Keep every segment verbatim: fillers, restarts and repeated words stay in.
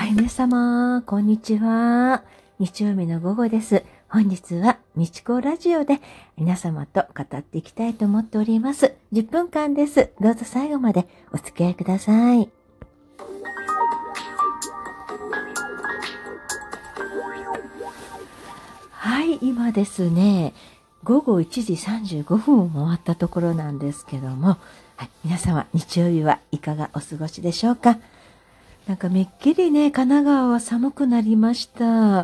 はい、皆様、こんにちは。日曜日の午後です。本日は、みちこラジオで皆様と語っていきたいと思っております。じゅっぷんかんです。どうぞ最後までお付き合いください。はい、今ですね、ごごいちじさんじゅうごふんを回ったところなんですけども、はい、皆様、日曜日はいかがお過ごしでしょうか。なんかめっきりね、神奈川は寒くなりました。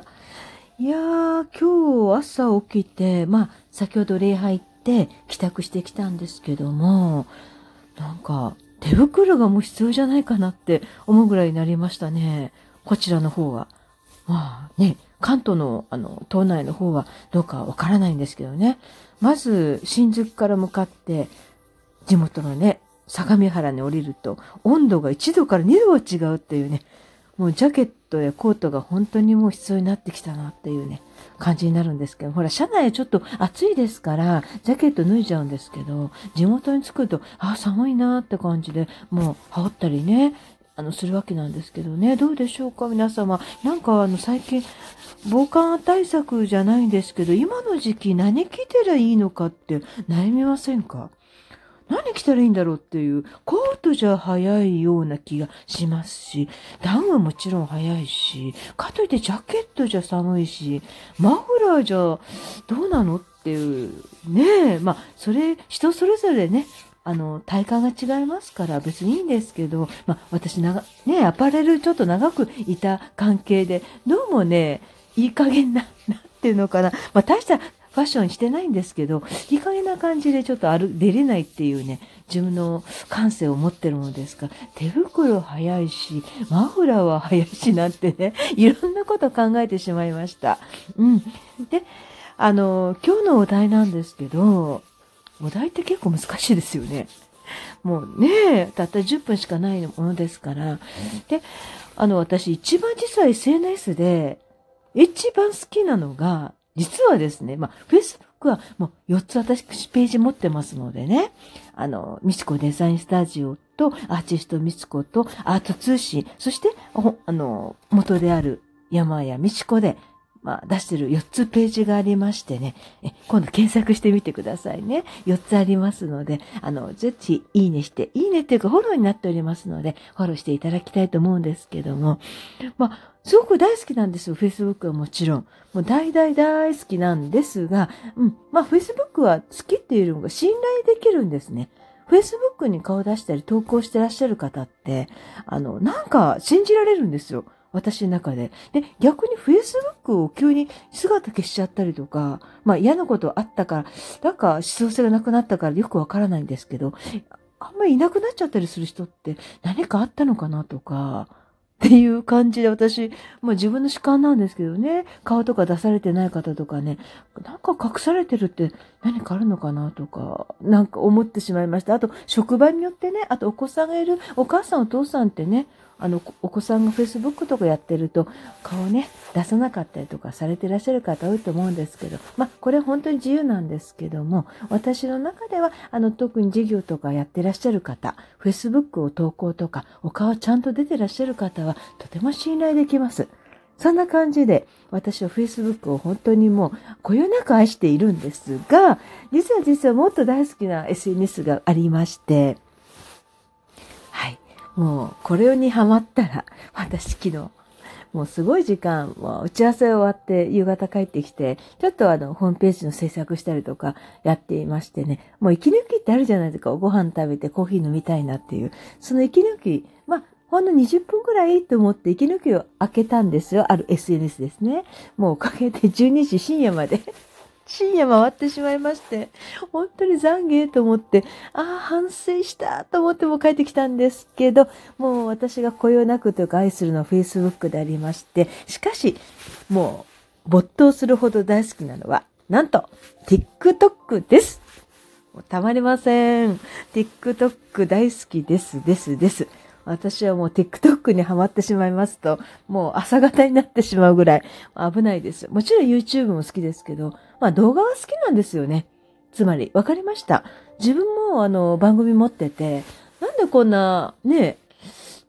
いやー、今日朝起きて、まあ、先ほど礼拝行って帰宅してきたんですけども、なんか手袋がもう必要じゃないかなって思うぐらいになりましたね。こちらの方は。まあね、関東のあの、島内の方はどうかわからないんですけどね。まず、新宿から向かって、地元のね、相模原に降りると、温度がいちどからにどは違うっていうね、もうジャケットやコートが本当にもう必要になってきたなっていうね、感じになるんですけど、ほら、車内はちょっと暑いですから、ジャケット脱いじゃうんですけど、地元に着くと、あ、寒いなって感じで、もう羽織ったりね、あの、するわけなんですけどね、どうでしょうか、皆様。なんかあの、最近、防寒対策じゃないんですけど、今の時期何着てりゃいいのかって悩みませんか？何着たらいいんだろうっていう、コートじゃ早いような気がしますし、ダウンはもちろん早いし、かといってジャケットじゃ寒いし、マフラーじゃどうなのっていう、ねえ、まあ、それ、人それぞれね、あの、体感が違いますから別にいいんですけど、まあ、私なが、ね、アパレルちょっと長くいた関係で、どうもね、いい加減な、なんていうのかな、まあ、大したファッションしてないんですけど、いい加減な感じでちょっと歩出れないっていうね、自分の感性を持ってるものですから、手袋早いし、マフラーは早いしなんてね、いろんなこと考えてしまいました。うん。で、あの、今日のお題なんですけど、お題って結構難しいですよね。もうね、たったじゅっぷんしかないものですから。で、あの、私一番実は エスエヌエス で一番好きなのが、実はですね、まあ、Facebook はもうよっつ私ページ持ってますのでね、あの、みちこデザインスタジオとアーティストみちことアート通信、そして、あの、元である山谷みちこで、まあ、出してるよっつページがありましてね、え今度検索してみてくださいね。よっつありますので、あの、ぜひいいねして、いいねっていうかフォローになっておりますので、フォローしていただきたいと思うんですけども、まあ、すごく大好きなんですよ。Facebook はもちろん。もう大大大好きなんですが、うん。まあ、Facebook は好きっていうのが信頼できるんですね。Facebook に顔出したり投稿してらっしゃる方って、あの、なんか信じられるんですよ。私の中で。で、逆に Facebook を急に姿消しちゃったりとか、まあ嫌なことあったから、なんか思想性がなくなったからよくわからないんですけど、あんまりいなくなっちゃったりする人って何かあったのかなとか、っていう感じで私、まあ自分の主観なんですけどね、顔とか出されてない方とかね、なんか隠されてるって何かあるのかなとか、なんか思ってしまいました。あと、職場によってね、あとお子さんがいるお母さんお父さんってね、あの、お子さんが Facebook とかやってると、顔ね、出さなかったりとかされてらっしゃる方多いと思うんですけど、まあ、これ本当に自由なんですけども、私の中では、あの、特に事業とかやってらっしゃる方、Facebook を投稿とか、お顔ちゃんと出てらっしゃる方は、とても信頼できます。そんな感じで、私は Facebook を本当にもう、こよなく愛しているんですが、実は実はもっと大好きな エスエヌエス がありまして、はい。もう、これにハマったら、私昨日、もうすごい時間、もう打ち合わせ終わって夕方帰ってきて、ちょっとあの、ホームページの制作したりとかやっていましてね、もう息抜きってあるじゃないですか。ご飯食べてコーヒー飲みたいなっていう。その息抜き、まあ、ほんのにじゅっぷんくらいと思って息抜きを開けたんですよ。ある エスエヌエス ですね。もうおかげでじゅうにじ深夜まで深夜回ってしまいまして、本当に懺悔と思って、ああ、反省したと思っても帰ってきたんですけど、もう私がこよなくというか愛するのは Facebook でありまして、しかし、もう没頭するほど大好きなのは、なんと、TikTok です。もうたまりません。TikTok 大好きです、です、です。私はもう TikTok にハマってしまいますと、もう朝方になってしまうぐらい危ないです。もちろん YouTube も好きですけど、まあ動画は好きなんですよね。つまり、わかりました。自分もあの番組持ってて、なんでこんな、ね、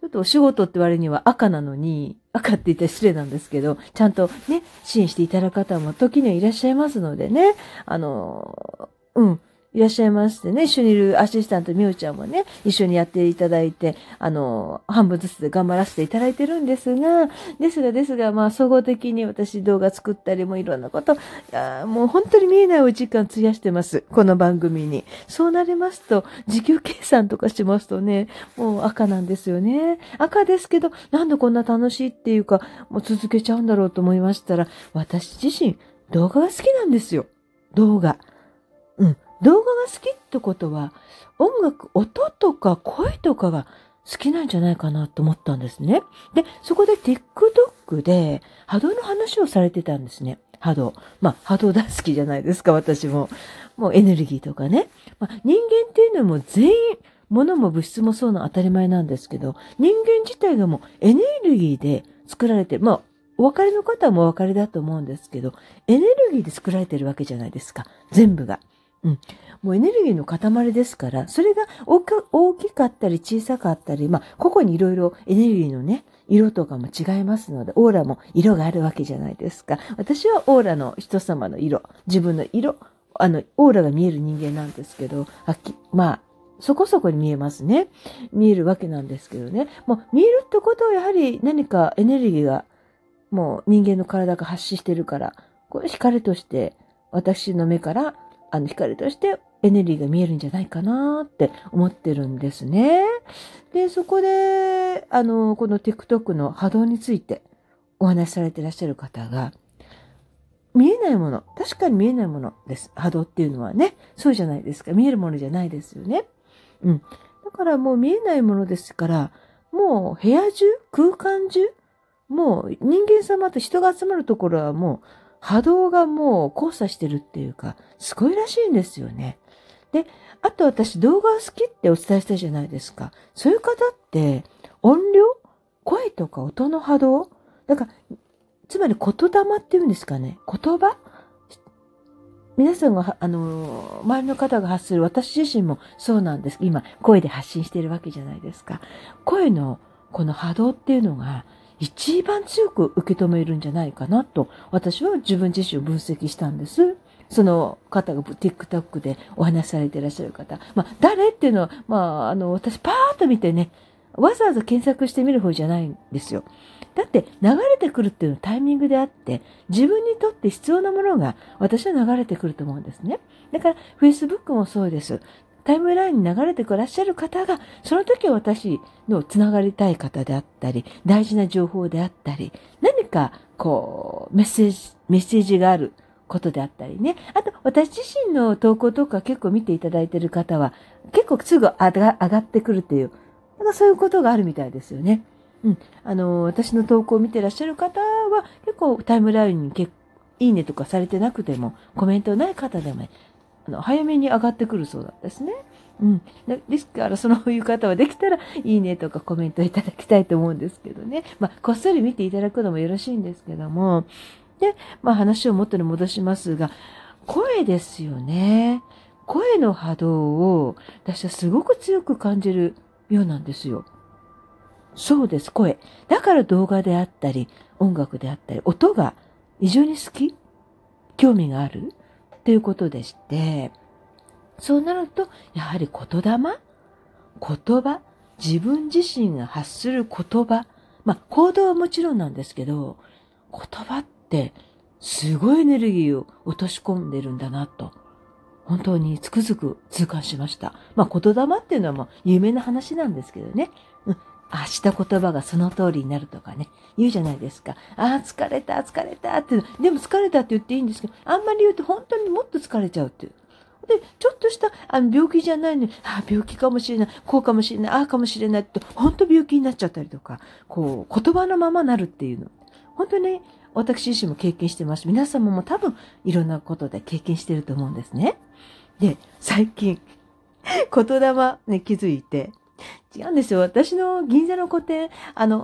ちょっとお仕事って割には赤なのに、赤って言ったら失礼なんですけど、ちゃんとね、支援していただく方も時にはいらっしゃいますのでね、あの、うん。いらっしゃいましてね、一緒にいるアシスタントみおちゃんもね、一緒にやっていただいて、あの、半分ずつで頑張らせていただいてるんですが、ですがですが、まあ、総合的に私動画作ったりもいろんなこと、いやもう本当に見えないお時間費やしてます。この番組に。そうなりますと、時給計算とかしますとね、もう赤なんですよね。赤ですけど、なんでこんな楽しいっていうか、もう続けちゃうんだろうと思いましたら、私自身、動画が好きなんですよ。動画。うん。動画が好きってことは、音楽、音とか声とかが好きなんじゃないかなと思ったんですね。で、そこで TikTok で波動の話をされてたんですね。波動。まあ、波動大好きじゃないですか、私も。もうエネルギーとかね。まあ、人間っていうのも全員、物も物質もそうなの当たり前なんですけど、人間自体がもうエネルギーで作られてる。まあ、お分かりの方もお分かりだと思うんですけど、エネルギーで作られてるわけじゃないですか。全部が。うん。もうエネルギーの塊ですから、それが大きかったり小さかったり、まあ、個々にいろいろエネルギーのね、色とかも違いますので、オーラも色があるわけじゃないですか。私はオーラの人様の色、自分の色、あの、オーラが見える人間なんですけど、はっきまあ、そこそこに見えますね。見えるわけなんですけどね。もう見えるってことはやはり何かエネルギーが、もう人間の体が発信してるから、これ光として私の目からあの光としてエネルギーが見えるんじゃないかなって思ってるんですね。で、そこで、あの、この TikTok の波動についてお話しされていらっしゃる方が、見えないもの、確かに見えないものです。波動っていうのはね。そうじゃないですか。見えるものじゃないですよね。うん。だからもう見えないものですから、もう部屋中、空間中、もう人間様と人が集まるところはもう波動がもう交差してるっていうか、すごいらしいんですよね。で、あと私動画好きってお伝えしたじゃないですか。そういう方って音量、声とか音の波動、だからつまり言霊っていうんですかね。言葉皆さんが、あの、周りの方が発する、私自身もそうなんです。今、声で発信しているわけじゃないですか。声のこの波動っていうのが一番強く受け止めるんじゃないかなと、私は自分自身を分析したんです。その方が TikTok でお話しされていらっしゃる方。まあ、誰っていうのは、まあ、あの、私パーッと見てね、わざわざ検索してみる方じゃないんですよ。だって流れてくるっていうのはタイミングであって、自分にとって必要なものが私は流れてくると思うんですね。だから Facebook もそうです。タイムラインに流れてくらっしゃる方が、その時は私のつながりたい方であったり、大事な情報であったり、何かこうメッセージ、メッセージがあることであったりね。あと私自身の投稿とか結構見ていただいている方は、結構すぐ上が上がってくるっていう、だからそういうことがあるみたいですよね。うん。あの、私の投稿を見てらっしゃる方は、結構タイムラインに結いいねとかされてなくても、コメントない方でも、あの、早めに上がってくるそうなんですね。うん。ですから、そういう方はできたら、いいねとかコメントいただきたいと思うんですけどね。まあ、こっそり見ていただくのもよろしいんですけども。で、まあ、話を元に戻しますが、声ですよね。声の波動を、私はすごく強く感じるようなんですよ。そうです、声。だから動画であったり、音楽であったり、音が異常に好き、興味があるっていうことでして、そうなると、やはり言霊、言葉、自分自身が発する言葉、まあ行動はもちろんなんですけど、言葉ってすごいエネルギーを落とし込んでるんだなと、本当につくづく痛感しました。まあ言霊っていうのはもう有名な話なんですけどね。うんあ、した言葉がその通りになるとかね、言うじゃないですか。ああ、疲れた、疲れたって。でも疲れたって言っていいんですけど、あんまり言うと本当にもっと疲れちゃうっていう。で、ちょっとしたあの病気じゃないのに、ああ、病気かもしれない、こうかもしれない、ああかもしれないって、本当病気になっちゃったりとか、こう、言葉のままなるっていうの。本当に私自身も経験してます。皆様も多分いろんなことで経験してると思うんですね。で、最近、言霊ね、気づいて、違うんですよ。私の銀座の個展、あの、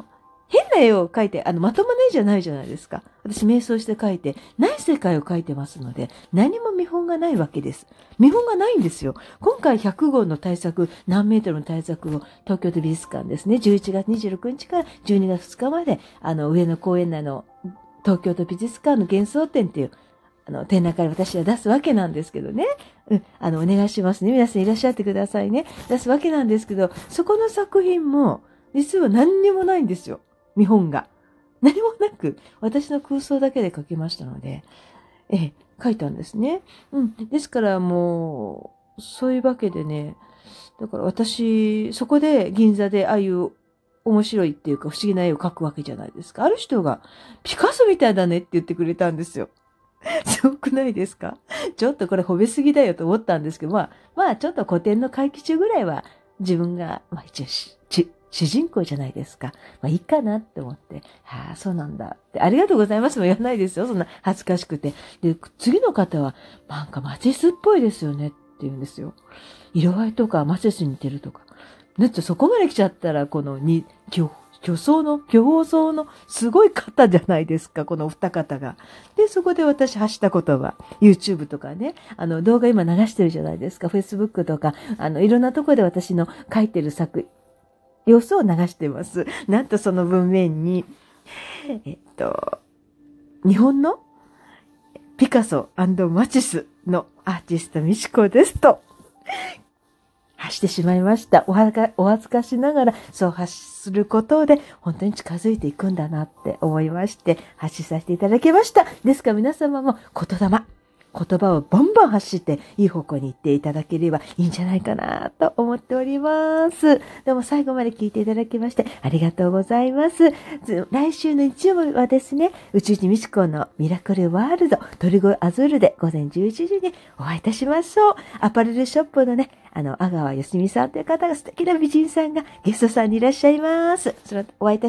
変な絵を描いて、あの、まともな絵じゃないじゃないですか。私、瞑想して描いて、ない世界を描いてますので、何も見本がないわけです。見本がないんですよ。今回ひゃくごうの対策、何メートルの対策を東京都美術館ですね、じゅういちがつにじゅうろくにちからじゅうにがつふつかまで、あの、上野公園内の東京都美術館の幻想展っていう、あの、展覧会を私は出すわけなんですけどね。うん、あの、お願いしますね。皆さんいらっしゃってくださいね。出すわけなんですけど、そこの作品も、実は何にもないんですよ。見本が。何もなく、私の空想だけで描きましたので、ええ、描いたんですね。うん。ですからもう、そういうわけでね、だから私、そこで銀座でああいう面白いっていうか不思議な絵を描くわけじゃないですか。ある人が、ピカソみたいだねって言ってくれたんですよ。すごくないですか？ちょっとこれ褒めすぎだよと思ったんですけど、まあ、まあちょっと古典の回帰中ぐらいは自分が、まあ一応し、ち、主人公じゃないですか。まあいいかなって思って、ああ、そうなんだって、ありがとうございますも言わないですよ。そんな恥ずかしくて。で、次の方は、なんかマティスっぽいですよねって言うんですよ。色合いとかマティスに似てるとか。だってそこまで来ちゃったら、このに、巨巨匠の、巨峰層のすごい方じゃないですか、このお二方が。で、そこで私発した言葉、YouTube とかね、あの動画今流してるじゃないですか、Facebook とか、あのいろんなところで私の書いてる作、様子を流してます。なんとその文面に、えっと、日本のピカソ&マチスのアーティストミチコですと、発してしまいました。おはか、お恥ずかしながら、そう発することで、本当に近づいていくんだなって思いまして、発信させていただきました。ですから皆様も言霊、言葉をバンバン発して、いい方向に行っていただければいいんじゃないかなと思っております。どうも最後まで聞いていただきまして、ありがとうございます。来週の日曜日はですね、宇宙人ミチコのミラクルワールド、鳥越アズールでごぜんじゅういちじにお会いいたしましょう。アパレルショップのね、あの、阿川よしみさんという方が素敵な美人さんがゲストさんにいらっしゃいます。そのお会いいた